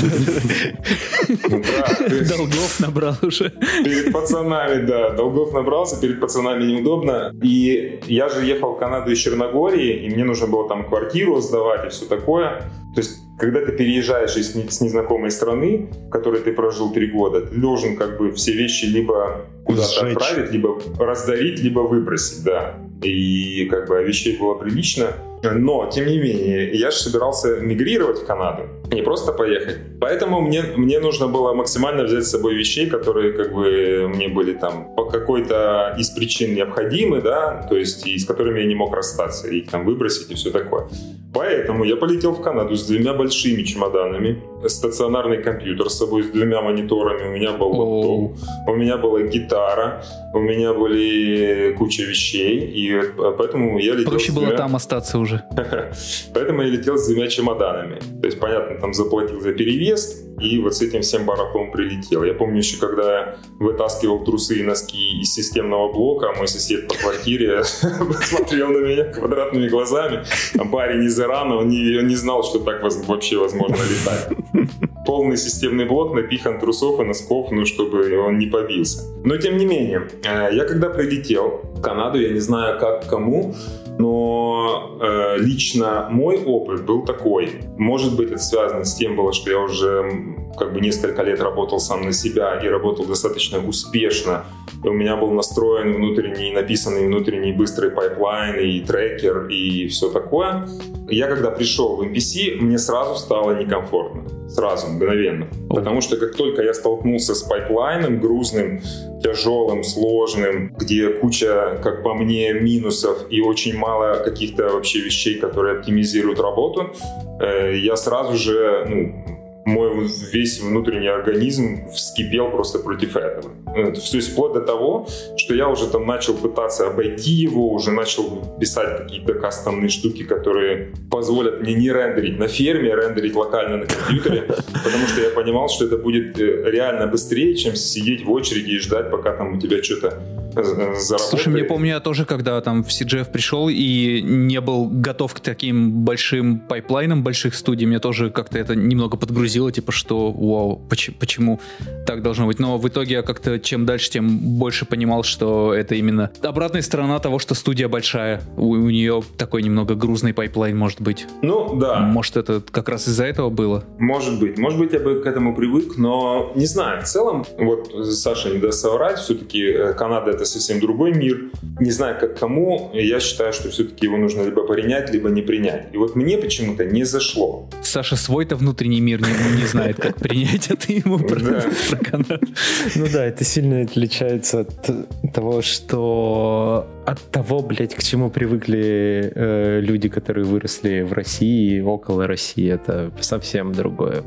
Долгов набрал уже. Перед пацанами, да, долгов набрался, перед пацанами неудобно. И я же ехал в Канаду из Черногории, и мне нужно было там квартиру сдавать и все такое. То есть, когда ты переезжаешь с незнакомой страны, в которой ты прожил 3 года, ты должен как бы все вещи либо куда-то отправить, либо раздарить, либо выбросить, да. И как бы вещей было прилично. Но, тем не менее, я же собирался мигрировать в Канаду, не просто поехать. Поэтому мне нужно было максимально взять с собой вещей, которые как бы мне были там по какой-то из причин необходимы, да, то есть и с которыми я не мог расстаться, их там выбросить и все такое. Поэтому я полетел в Канаду с 2 большими чемоданами, стационарный компьютер с собой, с 2 мониторами, у меня был лаптоп, у меня была гитара, у меня были куча вещей, и поэтому я летел проще было там остаться уже. Поэтому я летел с 2 чемоданами. То есть, понятно, там заплатил за перевес, и вот с этим всем барахлом прилетел. Я помню еще, когда я вытаскивал трусы и носки из системного блока, мой сосед по квартире смотрел на меня квадратными глазами. А парень из Ирана, он не знал, что так вообще возможно летать. Полный системный блок напихан трусов и носков, чтобы он не побился. Но тем не менее, я когда прилетел в Канаду, я не знаю как кому, но лично мой опыт был такой. Может быть, это связано с тем, что я уже как бы несколько лет работал сам на себя и работал достаточно успешно. И у меня был настроен внутренний, написанный внутренний быстрый пайплайн и трекер и все такое. Я когда пришел в MPC, мне сразу стало некомфортно. Сразу, мгновенно. Потому что как только я столкнулся с пайплайном грузным, тяжелым, сложным, где куча, как по мне, минусов и очень мало каких-то вообще вещей, которые оптимизируют работу, я сразу же, мой весь внутренний организм вскипел просто против этого. То есть вплоть до того, что я уже там начал пытаться обойти его, уже начал писать какие-то кастомные штуки, которые позволят мне не рендерить на ферме, а рендерить локально на компьютере, потому что я понимал, что это будет реально быстрее, чем сидеть в очереди и ждать, пока там у тебя что-то заработает. Слушай, мне помню, я тоже, когда там в CGF пришел и не был готов к таким большим пайплайнам больших студий, мне тоже как-то это немного подгрузило, типа, что вау, почему так должно быть. Но в итоге я как-то чем дальше, тем больше понимал, что это именно обратная сторона того, что студия большая. У нее такой немного грузный пайплайн может быть. Ну, да. Может, это как раз из-за этого было? Может быть. Может быть, я бы к этому привык, но не знаю. В целом, вот Саша не даст соврать, все-таки Канада — это совсем другой мир. Не знаю, как кому, я считаю, что все-таки его нужно либо принять, либо не принять. И вот мне почему-то не зашло. Саша свой-то внутренний мир не знает, как принять, а ты ему про Канаду. Ну да, это сильно отличается от того, что... От того, к чему привыкли люди, которые выросли в России, около России. Это совсем другое.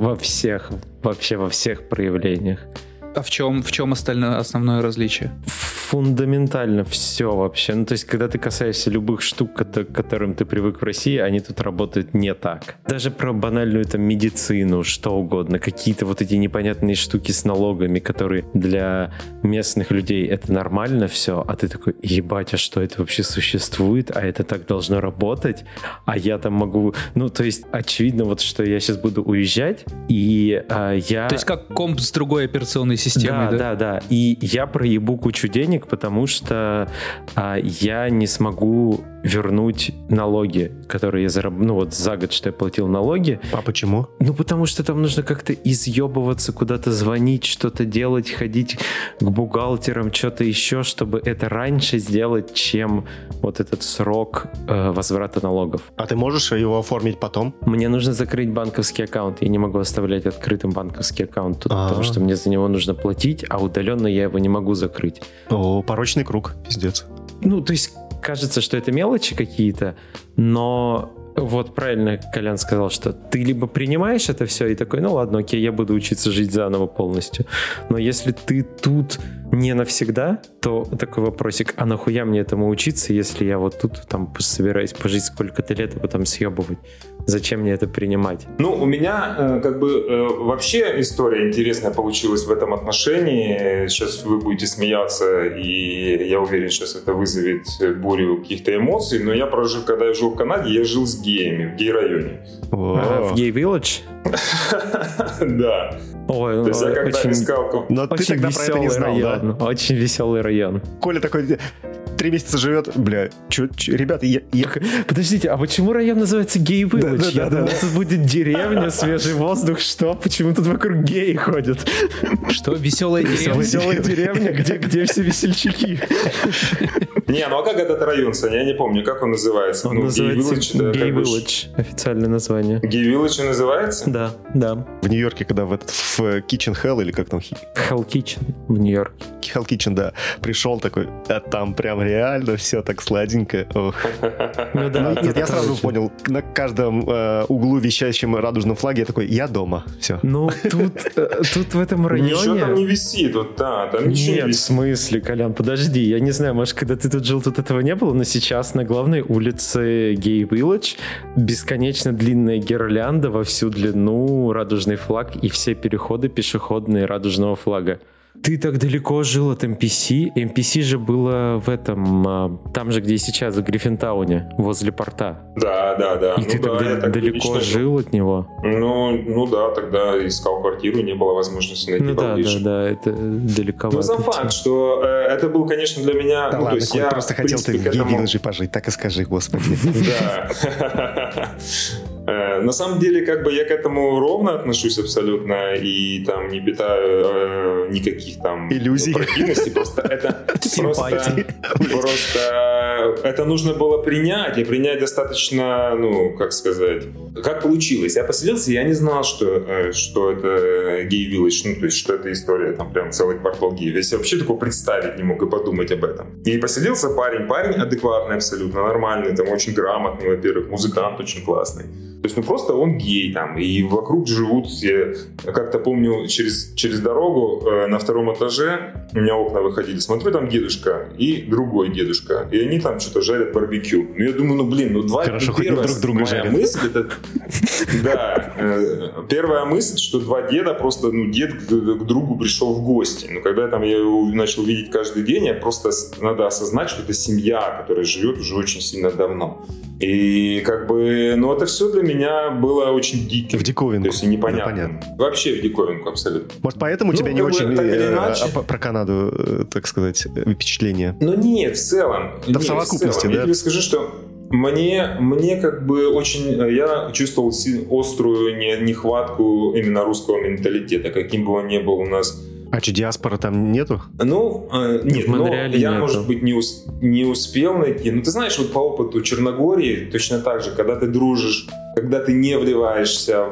Вообще во всех проявлениях. А в чем основное различие? Фундаментально все вообще. То есть, когда ты касаешься любых штук, к которым ты привык в России, они тут работают не так. Даже про банальную там медицину, что угодно, какие-то вот эти непонятные штуки с налогами, которые для местных людей это нормально все, а ты такой, ебать, а что это вообще существует, а это так должно работать, а я там могу... то есть, очевидно, вот что я сейчас буду уезжать, и я... То есть, как комп с другой операционной системой, да? Да. И я проебу кучу денег, потому что я не смогу вернуть налоги, которые я заработал, за год, что я платил налоги. А почему? Потому что там нужно как-то изъебываться, куда-то звонить, что-то делать, ходить к бухгалтерам, что-то еще, чтобы это раньше сделать, чем вот этот срок возврата налогов. А ты можешь его оформить потом? Мне нужно закрыть банковский аккаунт. Я не могу оставлять открытым банковский аккаунт тут, потому что мне за него нужно платить, а удаленно я его не могу закрыть. О, порочный круг, пиздец. то есть кажется, что это мелочи какие-то, но вот правильно Колян сказал, что ты либо принимаешь это все и такой, ну ладно, окей, я буду учиться жить заново полностью. Но если ты тут не навсегда, то такой вопросик, а нахуя мне этому учиться, если я вот тут там собираюсь пожить сколько-то лет, а потом съебывать? Зачем мне это принимать? Ну, у меня вообще история интересная получилась в этом отношении. Сейчас вы будете смеяться, и я уверен, сейчас это вызовет бурю каких-то эмоций, но когда я жил в Канаде, я жил с геями в гей-районе. В гей-вилледж? Да. Ой, то есть я когда искал... Но ты тогда про это не знал, район, да? Очень веселый район. Коля такой 3 месяца живет, бля, ребята, я... Подождите, а почему район называется гей-вилледж? Я думал, тут будет деревня, свежий воздух, что? Почему тут вокруг геи ходят? Что, веселая деревня? Веселая деревня, где все весельчаки? Не, ну а как этот район, Саня? Я не помню, как он называется. Он называется гей-вилледж, официальное название. Гей-вилледж называется? Да. В Нью-Йорке, когда в Kitchen Hell, или как там? Hell Kitchen в Нью-Йорке. Hell Kitchen, да. Пришел такой, а там прям реально все так сладенько. Ох. Ну да. Нет, я сразу понял, на каждом углу висящем радужном флаге я такой, я дома. Все. Ну, тут в этом районе... Ничего там не висит, вот да, там ничего не висит. В смысле, Колян, подожди, я не знаю, может, когда ты тут жил, тут этого не было, но сейчас на главной улице Гей-Вилледж бесконечно длинная гирлянда во всю длину, радужный флаг и все переходы пешеходные радужного флага. Ты так далеко жил от NPC. NPC же было в этом, там же, где и сейчас, в Гриффинтауне, возле порта. Да. И ты так далеко жил от него? Ну да, тогда искал квартиру, не было возможности найти поближе. Да, это далековато. Ну, сам факт, что это был, конечно, для меня... Да ладно, я просто хотел ты в гей-вилледже пожить, так и скажи, господи. Да. На самом деле, как бы я к этому ровно отношусь абсолютно и там не питаю никаких там иллюзий, противности. Просто это нужно было принять, и принять достаточно, ну, как сказать, как получилось. Я поселился, я не знал, что это гей-вилледж, ну, то есть, что это история, там прям целый квартал геев. Я себе вообще такого представить не мог и подумать об этом. И поселился парень адекватный абсолютно, нормальный, там очень грамотный, во-первых, музыкант очень классный. То есть, ну, просто он гей там, и вокруг живут все. Как-то помню, через дорогу на 2-м этаже у меня окна выходили. Смотрю, там дедушка и другой дедушка. И они там что-то жарят барбекю. Ну, я думаю, два... Хорошо, хоть друг друга жарят. Мысль, это... Да. Первая мысль, что два деда просто, дед к другу пришел в гости. Но когда я его начал видеть каждый день, я просто надо осознать, что это семья, которая живет уже очень сильно давно. И как бы, это все для меня было очень диким. В диковинку. То есть непонятно. Вообще в диковинку абсолютно. Может, поэтому у тебя не очень про Канаду, так сказать, впечатление? Ну нет, в целом. Да в совокупности, да? Я тебе скажу, что мне как бы очень... Я чувствовал острую нехватку именно русского менталитета, каким бы он ни был у нас. А что, диаспоры там нету? Нет, я, может быть, не успел найти. Но ты знаешь, вот по опыту Черногории точно так же, когда ты дружишь, когда ты не вливаешься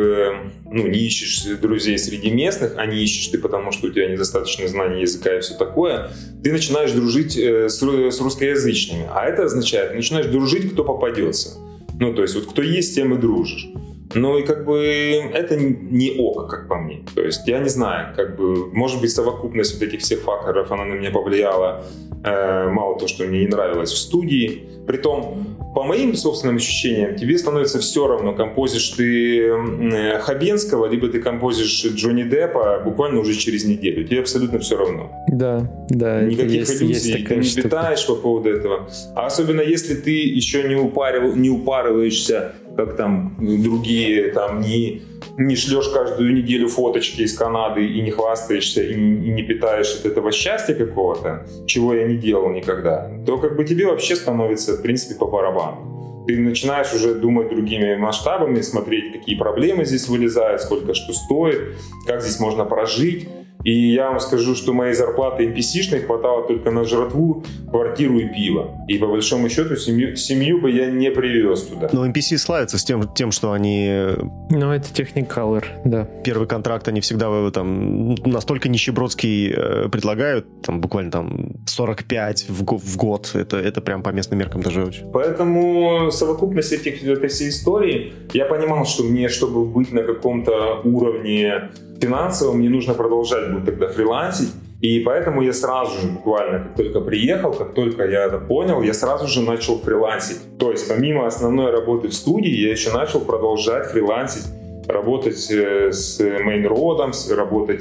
не ищешь друзей среди местных, а не ищешь ты, потому что у тебя недостаточно знаний языка и все такое, ты начинаешь дружить с русскоязычными. А это означает, ты начинаешь дружить, кто попадется. Ну, то есть, вот кто есть, тем и дружишь. Ну и как бы это не ок, как по мне. То есть я не знаю, как бы, может быть, совокупность вот этих всех факторов, она на меня повлияла. Мало того, что мне не нравилось в студии. Притом, по моим собственным ощущениям, тебе становится все равно, композишь ты Хабенского, либо ты композишь Джонни Деппа буквально уже через неделю. Тебе абсолютно все равно. Да. Никаких иллюзий ты не питаешь по поводу этого. А особенно если ты еще не упарываешься, как там другие, там не шлешь каждую неделю фоточки из Канады и не хвастаешься, и не питаешь от этого счастья какого-то, чего я не делал никогда, то как бы тебе вообще становится, в принципе, по барабану. Ты начинаешь уже думать другими масштабами, смотреть, какие проблемы здесь вылезают, сколько что стоит, как здесь можно прожить. И я вам скажу, что моей зарплаты NPC-шной хватало только на жратву, квартиру и пиво. И по большому счету семью бы я не привез туда. Но NPC славятся с тем, что они... Ну, это Technicolor, да. Первый контракт они всегда там настолько нищебродский предлагают, там буквально там 45 в год. Это прям по местным меркам даже очень. Поэтому совокупность этой всей истории, я понимал, что мне, чтобы быть на каком-то уровне финансовом, мне нужно продолжать будет тогда фрилансить. И поэтому я сразу же, буквально, как только приехал, как только я это понял, я сразу же начал фрилансить. То есть помимо основной работы в студии, я еще начал продолжать фрилансить, работать с Мейнродом, работать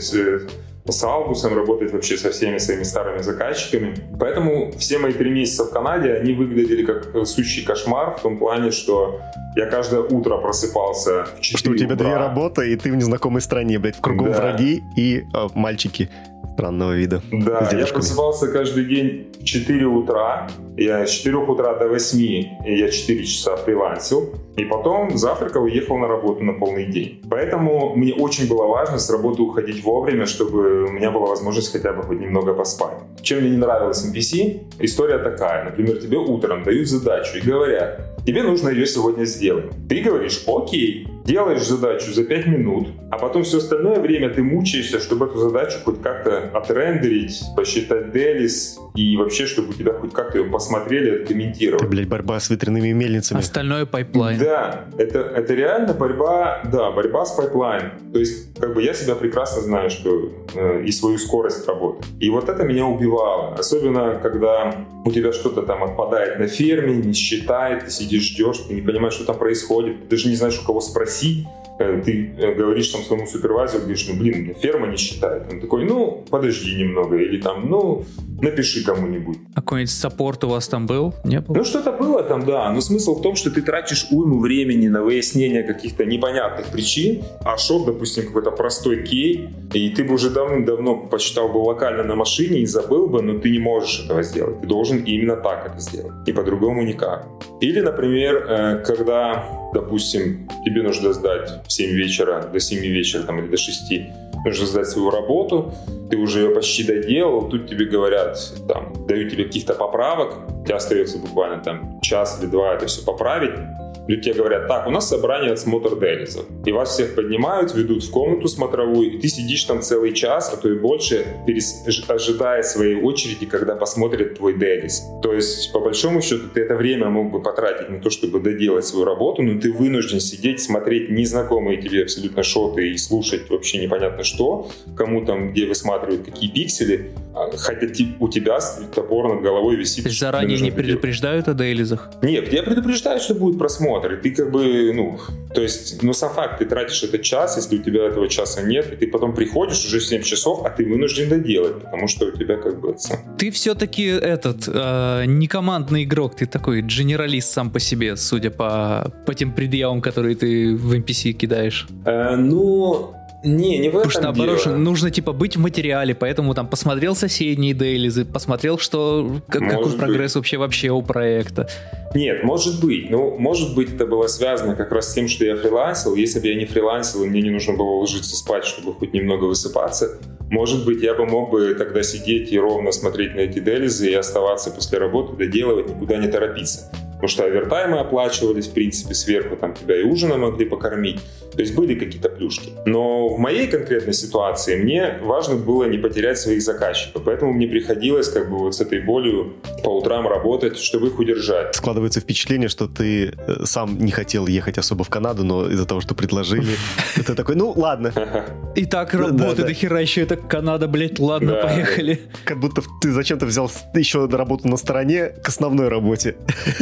с Албусом, работать вообще со всеми своими старыми заказчиками. Поэтому все мои 3 месяца в Канаде, они выглядели как сущий кошмар в том плане, что я каждое утро просыпался в 4 утра. Что у тебя 2 работы, и ты в незнакомой стране, блядь, в кругу враги и мальчики странного вида. Да, я просыпался каждый день в 4 утра. Я с 4 утра до 8, я 4 часа фрилансил. И потом завтракал и ехал на работу на полный день. Поэтому мне очень было важно с работы уходить вовремя, чтобы у меня была возможность хотя бы хоть немного поспать. Чем мне не нравилось NPC? История такая. Например, тебе утром дают задачу и говорят: тебе нужно ее сегодня сделать. Ты говоришь: окей, делаешь задачу за 5 минут, а потом все остальное время ты мучаешься, чтобы эту задачу хоть как-то отрендерить, посчитать делис и вообще, чтобы у тебя хоть как-то ее посмотрели, откомментировали. Это, блядь, борьба с ветряными мельницами. Остальное пайплайн. Да, это реально борьба с пайплайн. То есть, как бы я себя прекрасно знаю, что и свою скорость работы. И вот это меня убивало. Особенно, когда у тебя что-то там отпадает на ферме, не считает, ты сидишь, ждешь, ты не понимаешь, что там происходит, ты даже не знаешь, у кого спросить. Ты говоришь там своему супервайзеру, говоришь: ну блин, мне ферма не считает. Он такой: ну подожди немного, или там, ну напиши кому-нибудь. А какой-нибудь саппорт у вас там был? Не было? Ну что-то было там, да, но смысл в том, что ты тратишь уйму времени на выяснение каких-то непонятных причин, а шот, допустим, какой-то простой кей, и ты бы уже давным-давно посчитал бы локально на машине и забыл бы, но ты не можешь этого сделать. Ты должен именно так это сделать, и по-другому никак. Или, например, когда, допустим, тебе нужно сдать в 7 вечера, до 7 вечера там, или до 6, нужно сдать свою работу, ты уже ее почти доделал, тут тебе говорят, там, дают тебе каких-то поправок, у тебя остается буквально там час или 2 это все поправить. Люди тебе говорят: так, у нас собрание отсмотр делизов. И вас всех поднимают, ведут в комнату смотровую, и ты сидишь там целый час, а то и больше, ожидая своей очереди, когда посмотрят твой делиз. То есть, по большому счету, ты это время мог бы потратить на то, чтобы доделать свою работу, но ты вынужден сидеть, смотреть незнакомые тебе абсолютно шоты и слушать вообще непонятно что, кому там, где высматривают какие пиксели, хотя у тебя топор над головой висит. То есть заранее не предупреждают о делизах? Нет, тебя предупреждают, что будет просмотр. И ты как бы, то есть, сам факт, ты тратишь этот час, если у тебя этого часа нет, и ты потом приходишь уже 7 часов, а ты вынужден доделать, потому что у тебя как бы... Ты все-таки не командный игрок, ты такой дженералист сам по себе, судя по тем предъявам, которые ты в NPC кидаешь. Не в этом. Потому что наоборот, нужно быть в материале, поэтому там посмотрел соседние дейлизы, посмотрел, какой прогресс вообще у проекта. Нет, может быть. Может быть, это было связано как раз с тем, что я фрилансил. Если бы я не фрилансил, и мне не нужно было ложиться спать, чтобы хоть немного высыпаться, может быть, я бы мог бы тогда сидеть и ровно смотреть на эти делизы и оставаться после работы, доделывать, никуда не торопиться. Потому что овертаймы оплачивались, в принципе, сверху, там тебя и ужином могли покормить. То есть были какие-то плюшки. Но в моей конкретной ситуации мне важно было не потерять своих заказчиков. Поэтому мне приходилось с этой болью по утрам работать, чтобы их удержать. Складывается впечатление, что ты сам не хотел ехать особо в Канаду, но из-за того, что предложили, ты такой: ну ладно. И так работы до хера еще, это Канада, блядь, ладно, поехали. Как будто ты зачем-то взял еще работу на стороне к основной работе.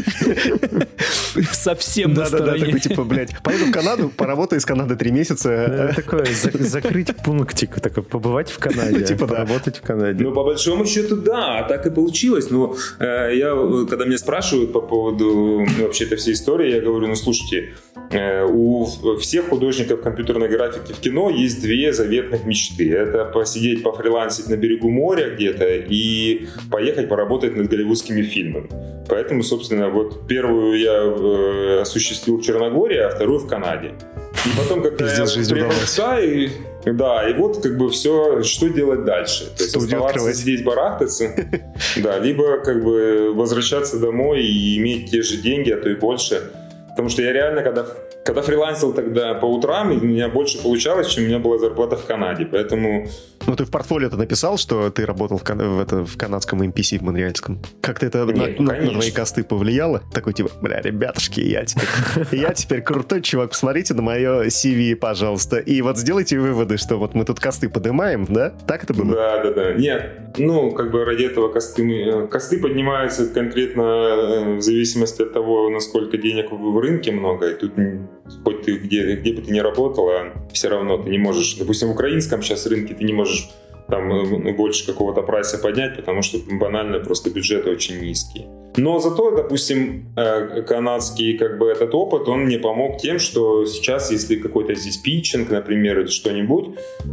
Совсем на стороне. Да, такой типа, блядь, поеду в Канаду, поработаю из Канады 3 месяца. Такое, закрыть пунктик, такой, побывать в Канаде, поработать в Канаде. По большому счету, да, так и получилось. Когда меня спрашивают по поводу вообще этой всей истории, я говорю: слушайте, у всех художников компьютерной графики в кино есть 2 заветных мечты. Это посидеть, пофрилансить на берегу моря где-то и поехать поработать над голливудскими фильмами. Поэтому, собственно, первую я осуществил в Черногории, а вторую в Канаде. И потом, когда я прихожу Да, и вот как бы все, что делать дальше? То есть Студию оставаться открывать. здесь, барахтаться, да, либо как бы возвращаться домой и иметь те же деньги, а то и больше. Потому что я реально, когда фрилансил тогда по утрам, у меня больше получалось, чем у меня была зарплата в Канаде. Поэтому... Ну, ты в портфолио-то написал, что ты работал в канадском MPC, в монреальском. Как-то это на твои косты повлияло? Такой типа, ребятушки, я теперь крутой чувак, посмотрите на мое CV, пожалуйста. И вот сделайте выводы, что вот мы тут косты поднимаем, да? Так это было? Да. Нет, как бы ради этого косты поднимаются конкретно в зависимости от того, насколько денег в рынке много. И тут хоть ты где бы ты ни работал, а все равно ты не можешь, допустим, в украинском сейчас рынке ты не можешь там больше какого-то прайса поднять, потому что банально просто бюджеты очень низкие. Но зато, допустим, канадский как бы этот опыт, он мне помог тем, что сейчас, если какой-то здесь питчинг, например, или что-нибудь,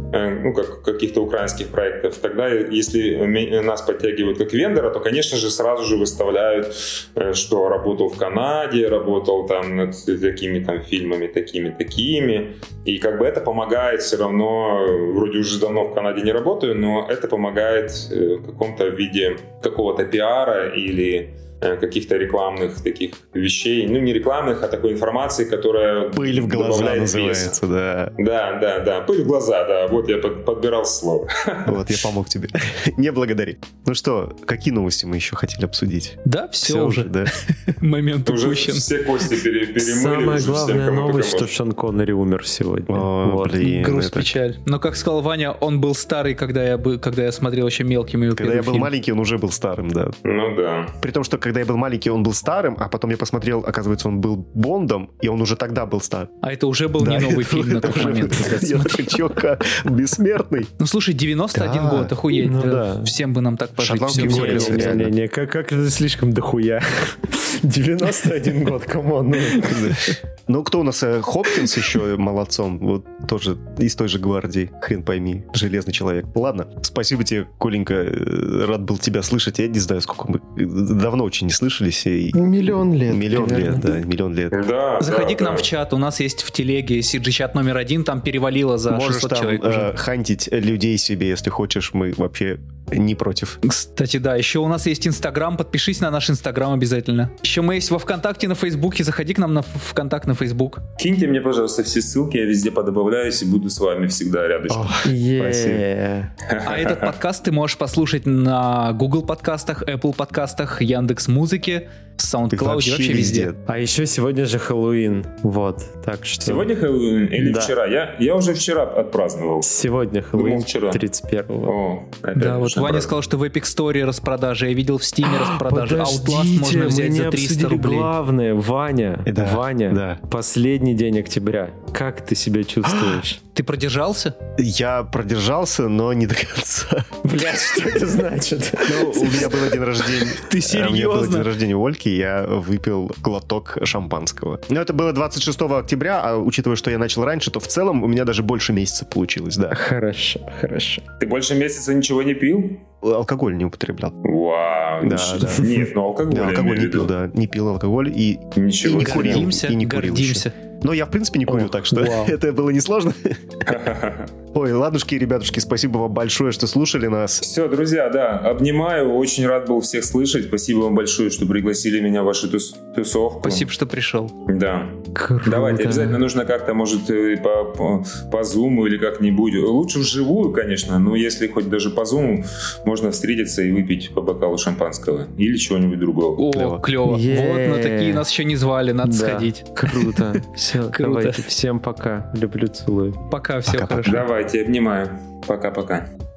как каких-то украинских проектов, тогда, если нас подтягивают как вендора, то, конечно же, сразу же выставляют, что работал в Канаде, работал там над такими там фильмами, такими, и как бы это помогает все равно, вроде уже давно в Канаде не работаю, но это помогает в каком-то виде какого-то пиара или каких-то рекламных таких вещей, не рекламных, а такой информации, которая пыль в глаза называется, да. Да, пыль в глаза, да, вот я подбирал слово. Вот, я помог тебе. Не благодари. Ну что, какие новости мы еще хотели обсудить? Да, все уже. Да. Момент уже упущен. Все кости перемыли. Самая главная новость, что Шон Коннери умер сегодня. Блин. Грусть, печаль. Но, как сказал Ваня, он был старый, когда я смотрел еще мелким его Когда я был маленький, он уже был старым, да. Ну да. При том, что когда я был маленький, он был старым, а потом я посмотрел, оказывается, он был Бондом, и он уже тогда был стар. А это уже был не новый фильм на тот момент. Я такой, чувака, бессмертный. Ну, слушай, 91 год, охуеть. Всем бы нам так пожить. Шотландский горец. Не, как это слишком дохуя. 91 год, камон. Ну, кто у нас? Хопкинс еще молодцом. Вот тоже из той же гвардии. Хрен пойми. Железный человек. Ладно. Спасибо тебе, Коленька. Рад был тебя слышать. Я не знаю, сколько мы... Давно очень не слышались. Миллион лет. Миллион лет. Да, заходи к нам в чат. У нас есть в телеге CG-чат номер 1. Там перевалило за 600 человек уже. Можешь там хантить людей себе, если хочешь. Мы вообще не против. Кстати, да. Еще у нас есть Инстаграм. Подпишись на наш Инстаграм обязательно. Еще мы есть во ВКонтакте, на Фейсбуке. Заходи к нам на ВКонтакт, на Фейсбук. Киньте мне, пожалуйста, все ссылки. Я везде подобавляюсь и буду с вами всегда рядышком. Спасибо. А этот подкаст ты можешь послушать на Google подкастах, Apple подкастах, Яндекс.Музыке, SoundCloud, вообще везде. А еще сегодня же Хэллоуин. Вот, так что... Сегодня Хэллоуин или да. Вчера? Я уже вчера отпраздновал. Сегодня Хэллоуин, вчера. 31-го. Да, вот Ваня сказал, что в Epic Store распродажа. Я видел в Steam распродажи. Outlast можно взять за 300 рублей. Главное, Ваня, Да. последний день октября. Как ты себя чувствуешь? Ты продержался? Я продержался, но не до конца. Блядь, что это значит? У меня был день рождения. Ты У меня был день серьезно? рождения у Ольки, я выпил глоток шампанского. Но это было 26 октября, а учитывая, что я начал раньше, то в целом у меня даже больше месяца получилось, да. Хорошо. Ты больше месяца ничего не пил? Алкоголь не употреблял. Вау. Да. Нет, алкоголь. Да, алкоголь не пил, да. Не пил алкоголь и Ничего не себе. курил. Гордимся, И не курил гордимся. еще. Но я, в принципе, не курю, так что вау. это было несложно. Ой, ладушки, ребятушки, спасибо вам большое, что слушали нас. Все, друзья, да, обнимаю. Очень рад был всех слышать. Спасибо вам большое, что пригласили меня в вашу тусовку. Спасибо, что пришел. Да. Круто. Давайте, обязательно нужно как-то, может, по Zoom или как-нибудь. Лучше вживую, конечно, но если хоть даже по Zoom, можно встретиться и выпить по бокалу шампанского или чего-нибудь другого. О, клево. Вот, на такие нас еще не звали, надо сходить. Круто. Все, Круто. давайте. Всем пока. Люблю, целую. Пока, все Пока-пока. хорошо. Давайте, обнимаю. Пока-пока.